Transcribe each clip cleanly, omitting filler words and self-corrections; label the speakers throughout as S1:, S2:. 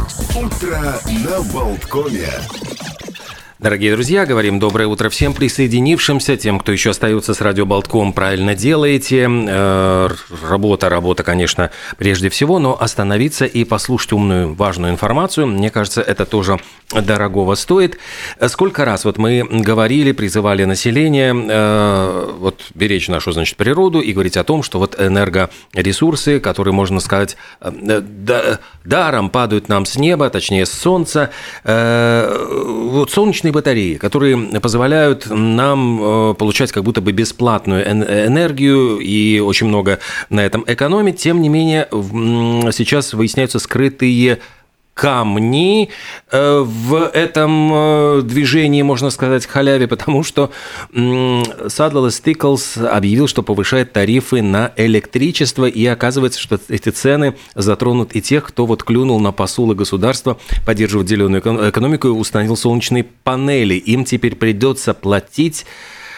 S1: Утро на Болткоме.
S2: Дорогие друзья, говорим доброе утро всем присоединившимся, тем, кто еще остается с радио Болтком, правильно делаете. Работа, конечно, прежде всего, но остановиться и послушать умную, важную информацию, мне кажется, это тоже дорогого стоит. Сколько раз мы говорили, призывали население беречь нашу, природу и говорить о том, что энергоресурсы, которые, можно сказать, даром падают нам с неба, точнее с солнца, солнечные батареи, которые позволяют нам получать как будто бы бесплатную энергию и очень много на этом экономить. Тем не менее, сейчас выясняются скрытые камни в этом движении, можно сказать, халяве, потому что Saddle Stickles объявил, что повышает тарифы на электричество, и оказывается, что эти цены затронут и тех, кто клюнул на посулы государства поддерживать зеленую экономику и установил солнечные панели. Им теперь придется платить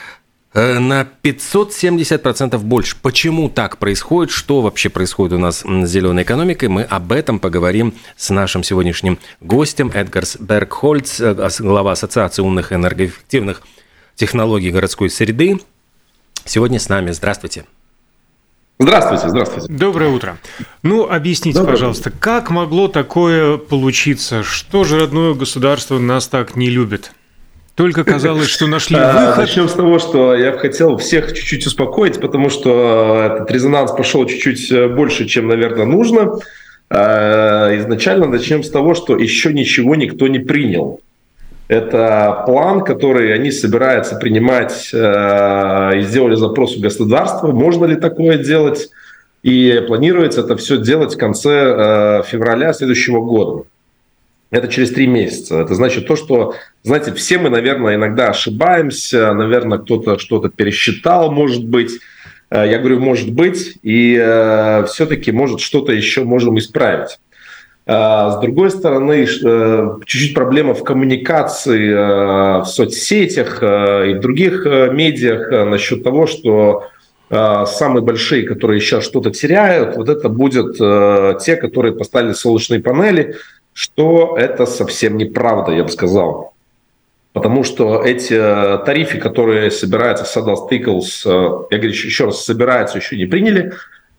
S2: на 570% больше. Почему так происходит? Что вообще происходит у нас с зеленой экономикой? Мы об этом поговорим с нашим сегодняшним гостем Эдгарс Бергхольц, глава Ассоциации умных и энергоэффективных технологий городской среды. Сегодня с нами. Здравствуйте.
S3: Здравствуйте.
S4: Доброе утро. Объясните, пожалуйста, как могло такое получиться? Что же родное государство нас так не любит? Только казалось, что нашли выход.
S3: Начнем с того, что я бы хотел всех чуть-чуть успокоить, потому что этот резонанс пошел чуть-чуть больше, чем, наверное, нужно. Изначально начнем с того, что еще ничего никто не принял. Это план, который они собираются принимать, и сделали запрос у государства, можно ли такое делать, и планируется это все делать в конце февраля следующего года. Это через 3 месяца. Это значит то, что, знаете, все мы, наверное, иногда ошибаемся, наверное, кто-то что-то пересчитал, может быть. Я говорю, может быть, и все-таки, может, что-то еще можем исправить. С другой стороны, чуть-чуть проблема в коммуникации в соцсетях и в других медиах насчет того, что самые большие, которые сейчас что-то теряют, это будут те, которые поставили солнечные панели, что это совсем неправда, я бы сказал. Потому что эти тарифы, которые собираются Saddle Stickles, я говорю еще раз, собираются, еще не приняли,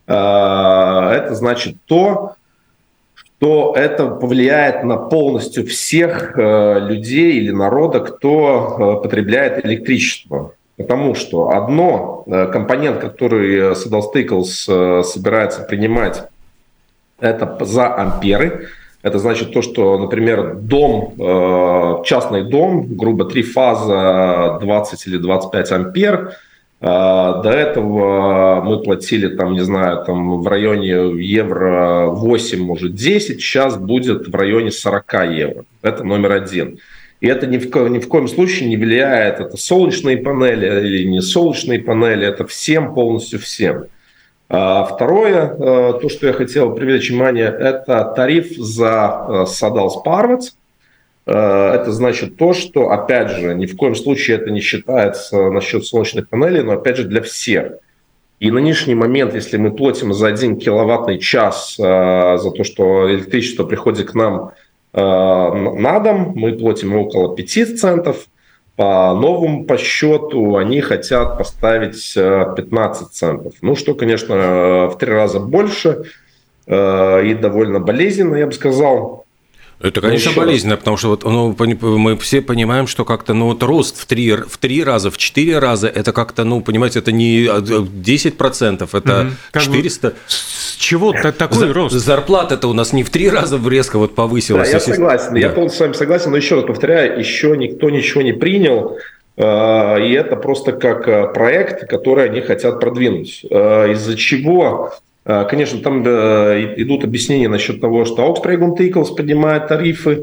S3: это значит то, что это повлияет на полностью всех людей или народа, кто потребляет электричество. Потому что компонент, который Saddle Stickles собирается принимать, это за амперы. Это значит то, что, например, частный дом, грубо 3 фаза, 20 или 25 ампер. До этого мы платили, в районе евро 8, может 10, сейчас будет в районе 40 евро. Это номер один. И это ни в коем случае не влияет, это солнечные панели или не солнечные панели, это полностью всем. Второе, то, что я хотел привлечь внимание, это тариф за Saddle Sparvets. Это значит то, что, опять же, ни в коем случае это не считается насчет солнечных панелей, но, опять же, для всех. И на нынешний момент, если мы платим за 1 киловаттный час за то, что электричество приходит к нам на дом, мы платим около 5 центов. По новому подсчету они хотят поставить 15 центов. Что, конечно, в 3 раза больше и довольно болезненно, я бы сказал.
S2: Это, конечно, болезненно, потому что мы все понимаем, что как-то рост в 3 раза, в 4 раза, это как-то, понимаете, это не 10%, это 400.
S4: С чего такой рост?
S2: Зарплата-то у нас не в 3 раза резко повысилась.
S3: Да, я согласен, я полностью с вами согласен, но еще раз повторяю, еще никто ничего не принял, и это просто как проект, который они хотят продвинуть. Из-за чего... Конечно, там идут объяснения насчет того, что Augsburg Stickles поднимает тарифы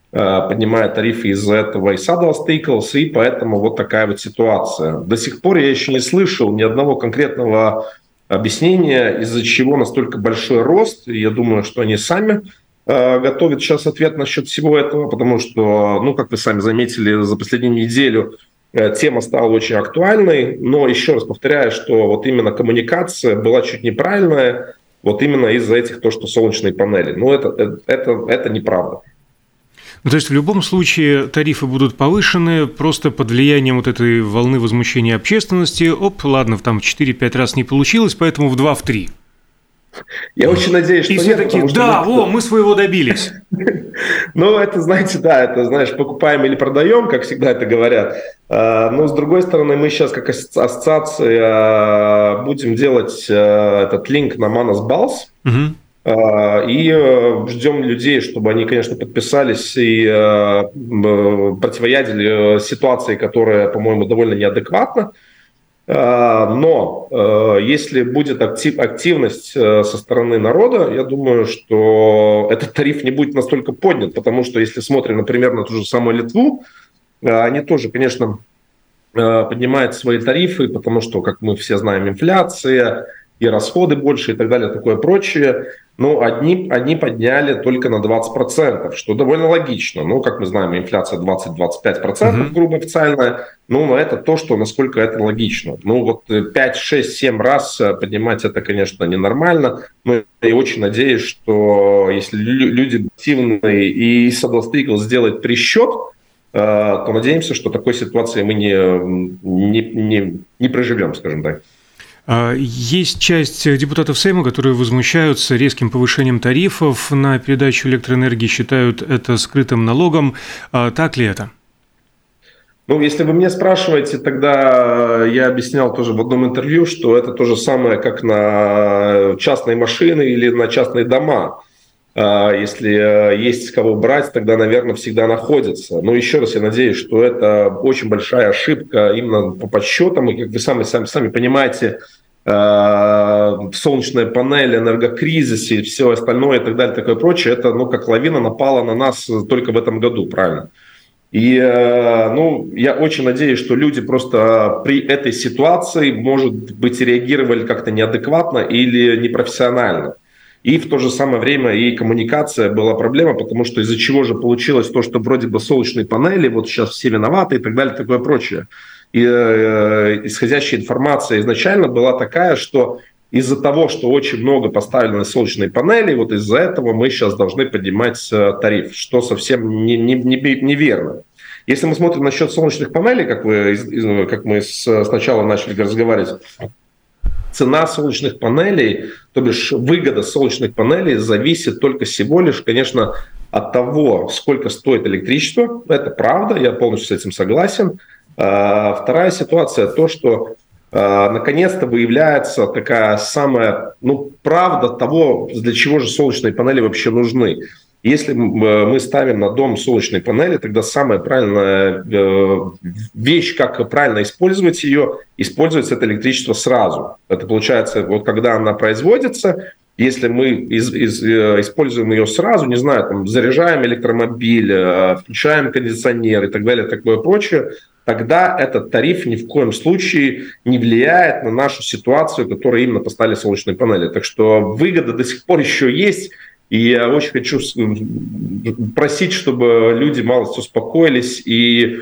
S3: из-за этого и Saddle Stickles, и поэтому такая ситуация. До сих пор я еще не слышал ни одного конкретного объяснения, из-за чего настолько большой рост. Я думаю, что они сами готовят сейчас ответ насчет всего этого, потому что, как вы сами заметили, за последнюю неделю тема стала очень актуальной, но еще раз повторяю, что именно коммуникация была чуть неправильная, вот именно из-за этих, то, что солнечные панели. Но это неправда.
S4: Ну, то есть в любом случае тарифы будут повышены просто под влиянием вот этой волны возмущения общественности. Ладно, там в 4-5 раз не получилось, поэтому в 2-3.
S3: Я очень надеюсь, что
S4: и все такие, мы своего добились.
S3: Ну, это, знаете, это, знаешь, покупаем или продаем, как всегда это говорят. Но, с другой стороны, мы сейчас, как ассоциация, будем делать этот линк на Manas Balls. И ждем людей, чтобы они, конечно, подписались и противоядили ситуации, которая, по-моему, довольно неадекватна. Но если будет активность со стороны народа, я думаю, что этот тариф не будет настолько поднят, потому что если смотрим, например, на ту же самую Литву, они тоже, конечно, поднимают свои тарифы, потому что, как мы все знаем, инфляция и расходы больше и так далее, такое прочее. Но одни подняли только на 20%, что довольно логично. Ну, как мы знаем, инфляция 20-25%, грубо официальная. Ну, это то, что насколько это логично. Ну, вот 5, 6, 7 раз поднимать это, конечно, ненормально. Но я очень надеюсь, что если люди активные и Saddle сделают пересчет, то надеемся, что такой ситуации мы не проживем, скажем так.
S4: Есть часть депутатов Сейма, которые возмущаются резким повышением тарифов на передачу электроэнергии, считают это скрытым налогом. Так ли это?
S3: Ну, если вы меня спрашиваете, тогда я объяснял тоже в одном интервью, что это то же самое, как на частные машины или на частные дома. Если есть с кого брать, тогда, наверное, всегда находится. Но еще раз я надеюсь, что это очень большая ошибка именно по подсчетам. И, как вы сами понимаете, солнечные панели, энергокризис и все остальное и так далее, такое прочее, это как лавина напала на нас только в этом году, правильно? И я очень надеюсь, что люди просто при этой ситуации, может быть, реагировали как-то неадекватно или непрофессионально. И в то же самое время и коммуникация была проблема, потому что из-за чего же получилось то, что вроде бы солнечные панели, вот сейчас все виноваты и так далее, такое прочее. И исходящая информация изначально была такая, что из-за того, что очень много поставлено солнечные панели, вот из-за этого мы сейчас должны поднимать тариф, что совсем неверно. Если мы смотрим насчет солнечных панелей, как мы сначала начали разговаривать, цена солнечных панелей, то бишь выгода солнечных панелей зависит только всего лишь, конечно, от того, сколько стоит электричество. Это правда, я полностью с этим согласен. Вторая ситуация, то, что наконец-то выявляется такая самая правда того, для чего же солнечные панели вообще нужны. Если мы ставим на дом солнечные панели, тогда самая правильная вещь, как правильно использовать ее, используется это электричество сразу. Это получается, вот когда она производится, если мы используем ее сразу, не знаю, заряжаем электромобиль, включаем кондиционер и так далее, такое прочее, тогда этот тариф ни в коем случае не влияет на нашу ситуацию, которую именно поставили солнечные панели. Так что выгода до сих пор еще есть. И я очень хочу просить, чтобы люди малость успокоились и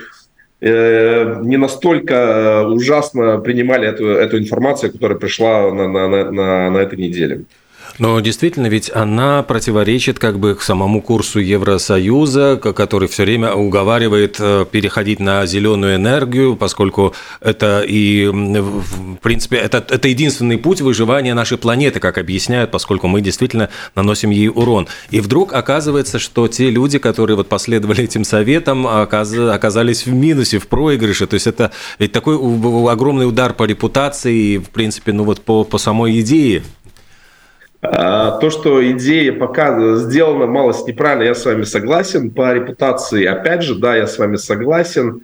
S3: не настолько ужасно принимали эту информацию, которая пришла на этой неделе.
S2: Но действительно, ведь она противоречит самому курсу Евросоюза, который все время уговаривает переходить на зеленую энергию, поскольку это в принципе, это единственный путь выживания нашей планеты, как объясняют, поскольку мы действительно наносим ей урон. И вдруг оказывается, что те люди, которые последовали этим советам, оказались в минусе, в проигрыше. То есть это ведь такой огромный удар по репутации, в принципе, по самой идее.
S3: То, что идея пока сделана малость неправильно, я с вами согласен. По репутации, опять же, да, я с вами согласен.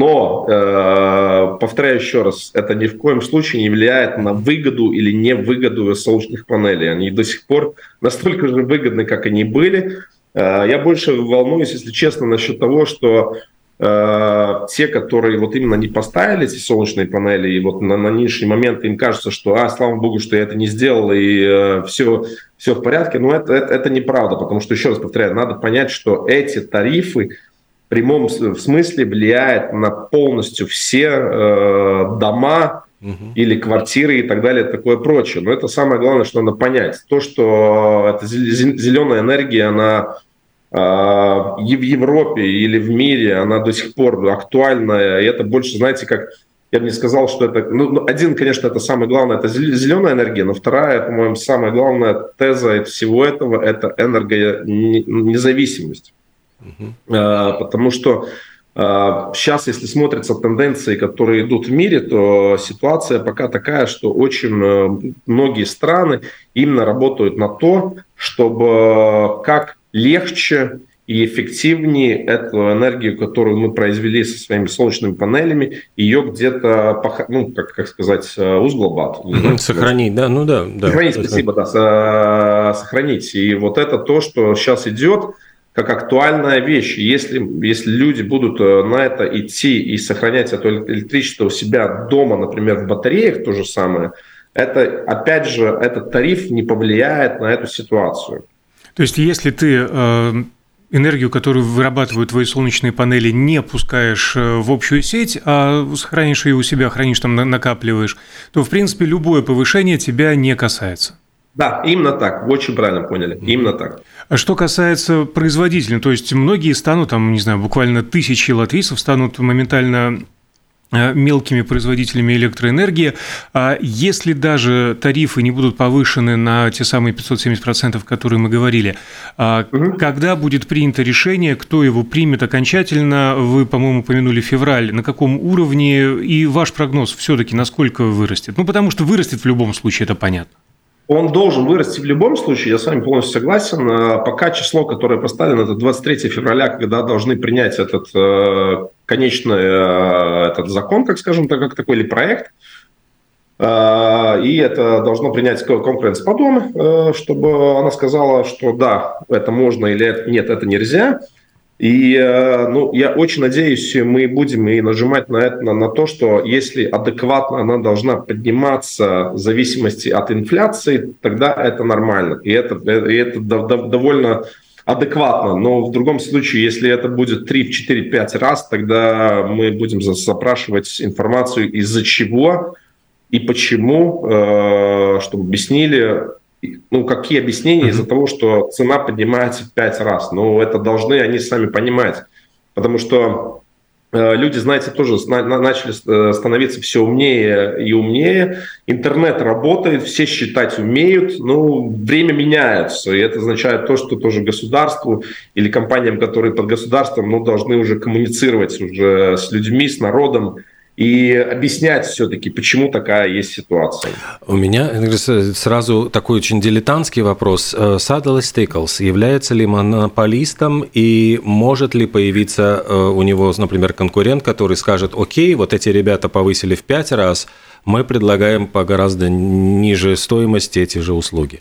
S3: Но, повторяю еще раз, это ни в коем случае не влияет на выгоду или невыгоду солнечных панелей. Они до сих пор настолько же выгодны, как они были. Я больше волнуюсь, если честно, насчет того, что те, которые именно не поставили эти солнечные панели, и на нынешний момент им кажется, что слава богу, что я это не сделал, и все в порядке, но это неправда, потому что, еще раз повторяю, надо понять, что эти тарифы в прямом смысле влияют на полностью все дома или квартиры и так далее, такое прочее. Но это самое главное, что надо понять. То, что эта зеленая энергия, она в Европе или в мире, она до сих пор актуальна. И это больше, знаете, как... Я бы не сказал, что это... один, конечно, это самое главное, это зеленая энергия, но вторая, по-моему, самая главная теза всего этого – это энергонезависимость. Потому что сейчас, если смотрятся тенденции, которые идут в мире, то ситуация пока такая, что очень многие страны именно работают на то, чтобы как легче и эффективнее эту энергию, которую мы произвели со своими солнечными панелями, ее где-то, как сказать, узглобат.
S2: Сохранить, да,
S3: Сохранить, спасибо, да, сохранить. И вот это то, что сейчас идет, как актуальная вещь. Если люди будут на это идти и сохранять это электричество у себя дома, например, в батареях, то же самое, это, опять же, этот тариф не повлияет на эту ситуацию.
S4: То есть, если ты энергию, которую вырабатывают твои солнечные панели, не пускаешь в общую сеть, а сохранишь ее у себя, хранишь там, накапливаешь, то, в принципе, любое повышение тебя не касается.
S3: Да, именно так. Вы очень правильно поняли. Именно так.
S4: А что касается производителей, то есть многие станут, там, не знаю, буквально тысячи латвийцев станут моментально мелкими производителями электроэнергии. А если даже тарифы не будут повышены на те самые 570%, которые мы говорили, когда будет принято решение, кто его примет окончательно? Вы, по-моему, упомянули февраль. На каком уровне? И ваш прогноз все-таки насколько вырастет? Потому что вырастет в любом случае, это понятно.
S3: Он должен вырасти в любом случае, я с вами полностью согласен. Пока число, которое поставлено, это 23 февраля, когда должны принять этот конечный этот закон, как скажем так, как такой или проект. И это должно принять конкуренц-подом, чтобы она сказала, что да, это можно или нет, это нельзя. И я очень надеюсь, мы будем и нажимать на то, что если адекватно она должна подниматься в зависимости от инфляции, тогда это нормально. И это довольно адекватно. Но в другом случае, если это будет 3, 4, 5 раз, тогда мы будем запрашивать информацию, из-за чего и почему, чтобы объяснили. Какие объяснения из-за того, что цена поднимается в 5 раз? Это должны они сами понимать. Потому что люди, знаете, тоже начали становиться все умнее и умнее. Интернет работает, все считать умеют. Время меняется. И это означает то, что тоже государству или компаниям, которые под государством, должны уже коммуницировать уже с людьми, с народом. И объяснять все-таки, почему такая есть ситуация.
S2: У меня сразу такой очень дилетантский вопрос. Saudales Stickles является ли монополистом и может ли появиться у него, например, конкурент, который скажет: окей, вот эти ребята повысили в 5 раз, мы предлагаем по гораздо ниже стоимости эти же услуги?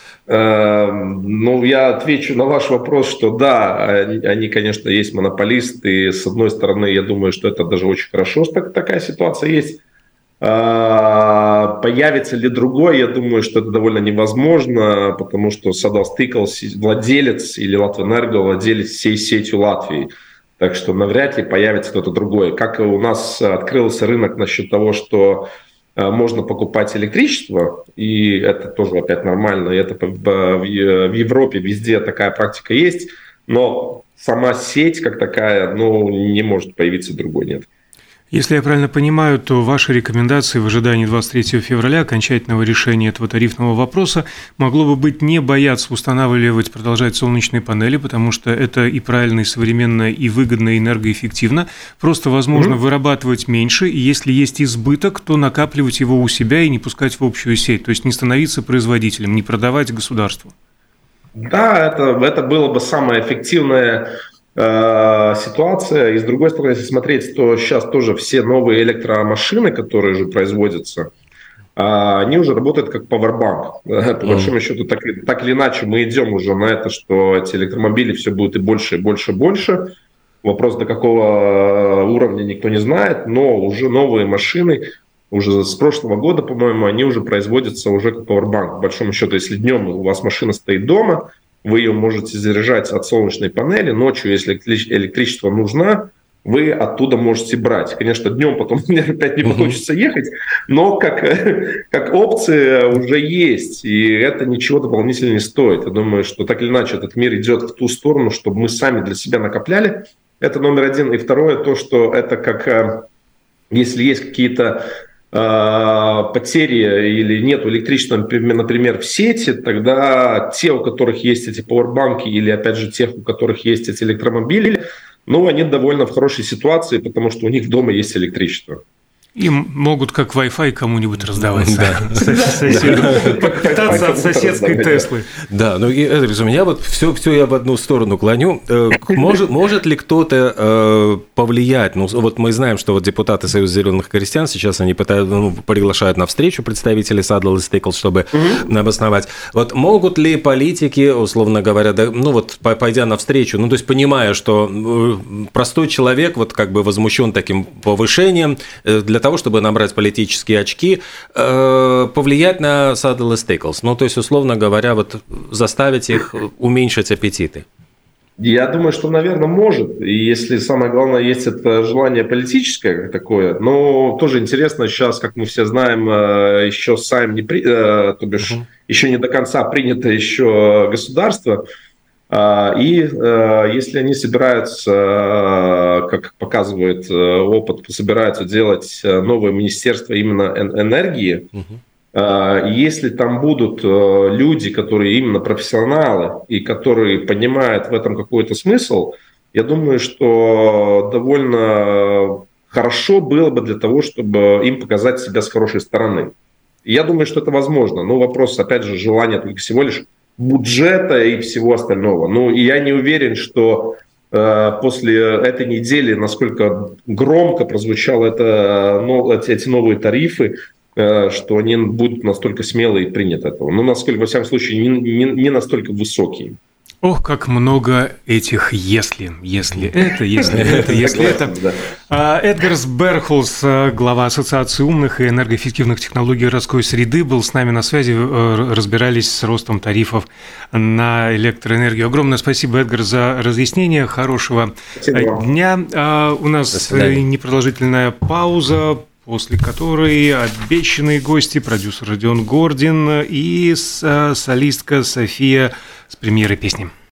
S3: Я отвечу на ваш вопрос, что да, они, конечно, есть монополисты. И, с одной стороны, я думаю, что это даже очень хорошо, что такая ситуация есть. Появится ли другой, я думаю, что это довольно невозможно, потому что Saudales Stickles владелец или Латвэнерго владелец всей сетью Латвии. Так что навряд ли появится кто-то другой. Как у нас открылся рынок насчет того, что можно покупать электричество, и это тоже опять нормально, и это в Европе везде такая практика есть, но сама сеть как такая, не может появиться другой, нет.
S4: Если я правильно понимаю, то ваши рекомендации в ожидании 23 февраля окончательного решения этого тарифного вопроса могло бы быть не бояться устанавливать, продолжать солнечные панели, потому что это и правильно, и современно, и выгодно, и энергоэффективно. Просто возможно вырабатывать меньше, и если есть избыток, то накапливать его у себя и не пускать в общую сеть, то есть не становиться производителем, не продавать государству.
S3: Да, это было бы самое эффективное ситуация. И с другой стороны, если смотреть, то сейчас тоже все новые электромашины, которые уже производятся, они уже работают как пауэрбанк. По большому счету, так или иначе, мы идем уже на это, что эти электромобили все будут и больше, и больше, и больше. Вопрос, до какого уровня, никто не знает, но уже новые машины, уже с прошлого года, по-моему, они уже производятся уже как пауэрбанк. По большому счету, если днем у вас машина стоит дома, вы ее можете заряжать от солнечной панели, ночью, если электричество нужно, вы оттуда можете брать. Конечно, днем потом опять не получится ехать, но как опция уже есть, и это ничего дополнительно не стоит. Я думаю, что так или иначе этот мир идет в ту сторону, чтобы мы сами для себя накопляли. Это номер один. И второе, то, что это как, если есть какие-то потери или нет электричества, например, в сети, тогда те, у которых есть эти пауэрбанки или, опять же, тех, у которых есть эти электромобили, они довольно в хорошей ситуации, потому что у них дома есть электричество.
S4: Им могут как Wi-Fi кому-нибудь раздавать. Питаться от соседской Теслы.
S2: Да, ну и у меня вот все я в одну сторону клоню. Может ли кто-то повлиять? Ну, вот мы знаем, что вот депутаты Союза зеленых крестьян сейчас они приглашают на встречу представителей Saddle и Stickles, чтобы обосновать. Вот могут ли политики, условно говоря, пойдя на встречу, то есть понимая, что простой человек вот как бы возмущен таким повышением, для того, чтобы набрать политические очки, повлиять на Saddle и Stickles? То есть, условно говоря, вот заставить их уменьшить аппетиты.
S3: Я думаю, что, наверное, может. И если самое главное, есть это желание политическое как такое, но тоже интересно, сейчас, как мы все знаем, еще Сайм еще не до конца принято еще государство. И если они собираются, как показывает опыт, собираются делать новое министерство именно энергии, если там будут люди, которые именно профессионалы и которые понимают в этом какой-то смысл, я думаю, что довольно хорошо было бы для того, чтобы им показать себя с хорошей стороны. И я думаю, что это возможно. Но вопрос, опять же, желания только всего лишь бюджета и всего остального. И я не уверен, что после этой недели, насколько громко прозвучало эти новые тарифы, что они будут настолько смелые и принят этого. Насколько, во всяком случае, не настолько высокие.
S4: Ох, как много этих «если». Если это. Эдгарс Берхолс, глава Ассоциации умных и энергоэффективных технологий городской среды, был с нами на связи, разбирались с ростом тарифов на электроэнергию. Огромное спасибо, Эдгар, за разъяснение. Хорошего дня. У нас непродолжительная пауза, после которой обещанные гости, продюсер Родион Гордин и солистка София с премьерой песни.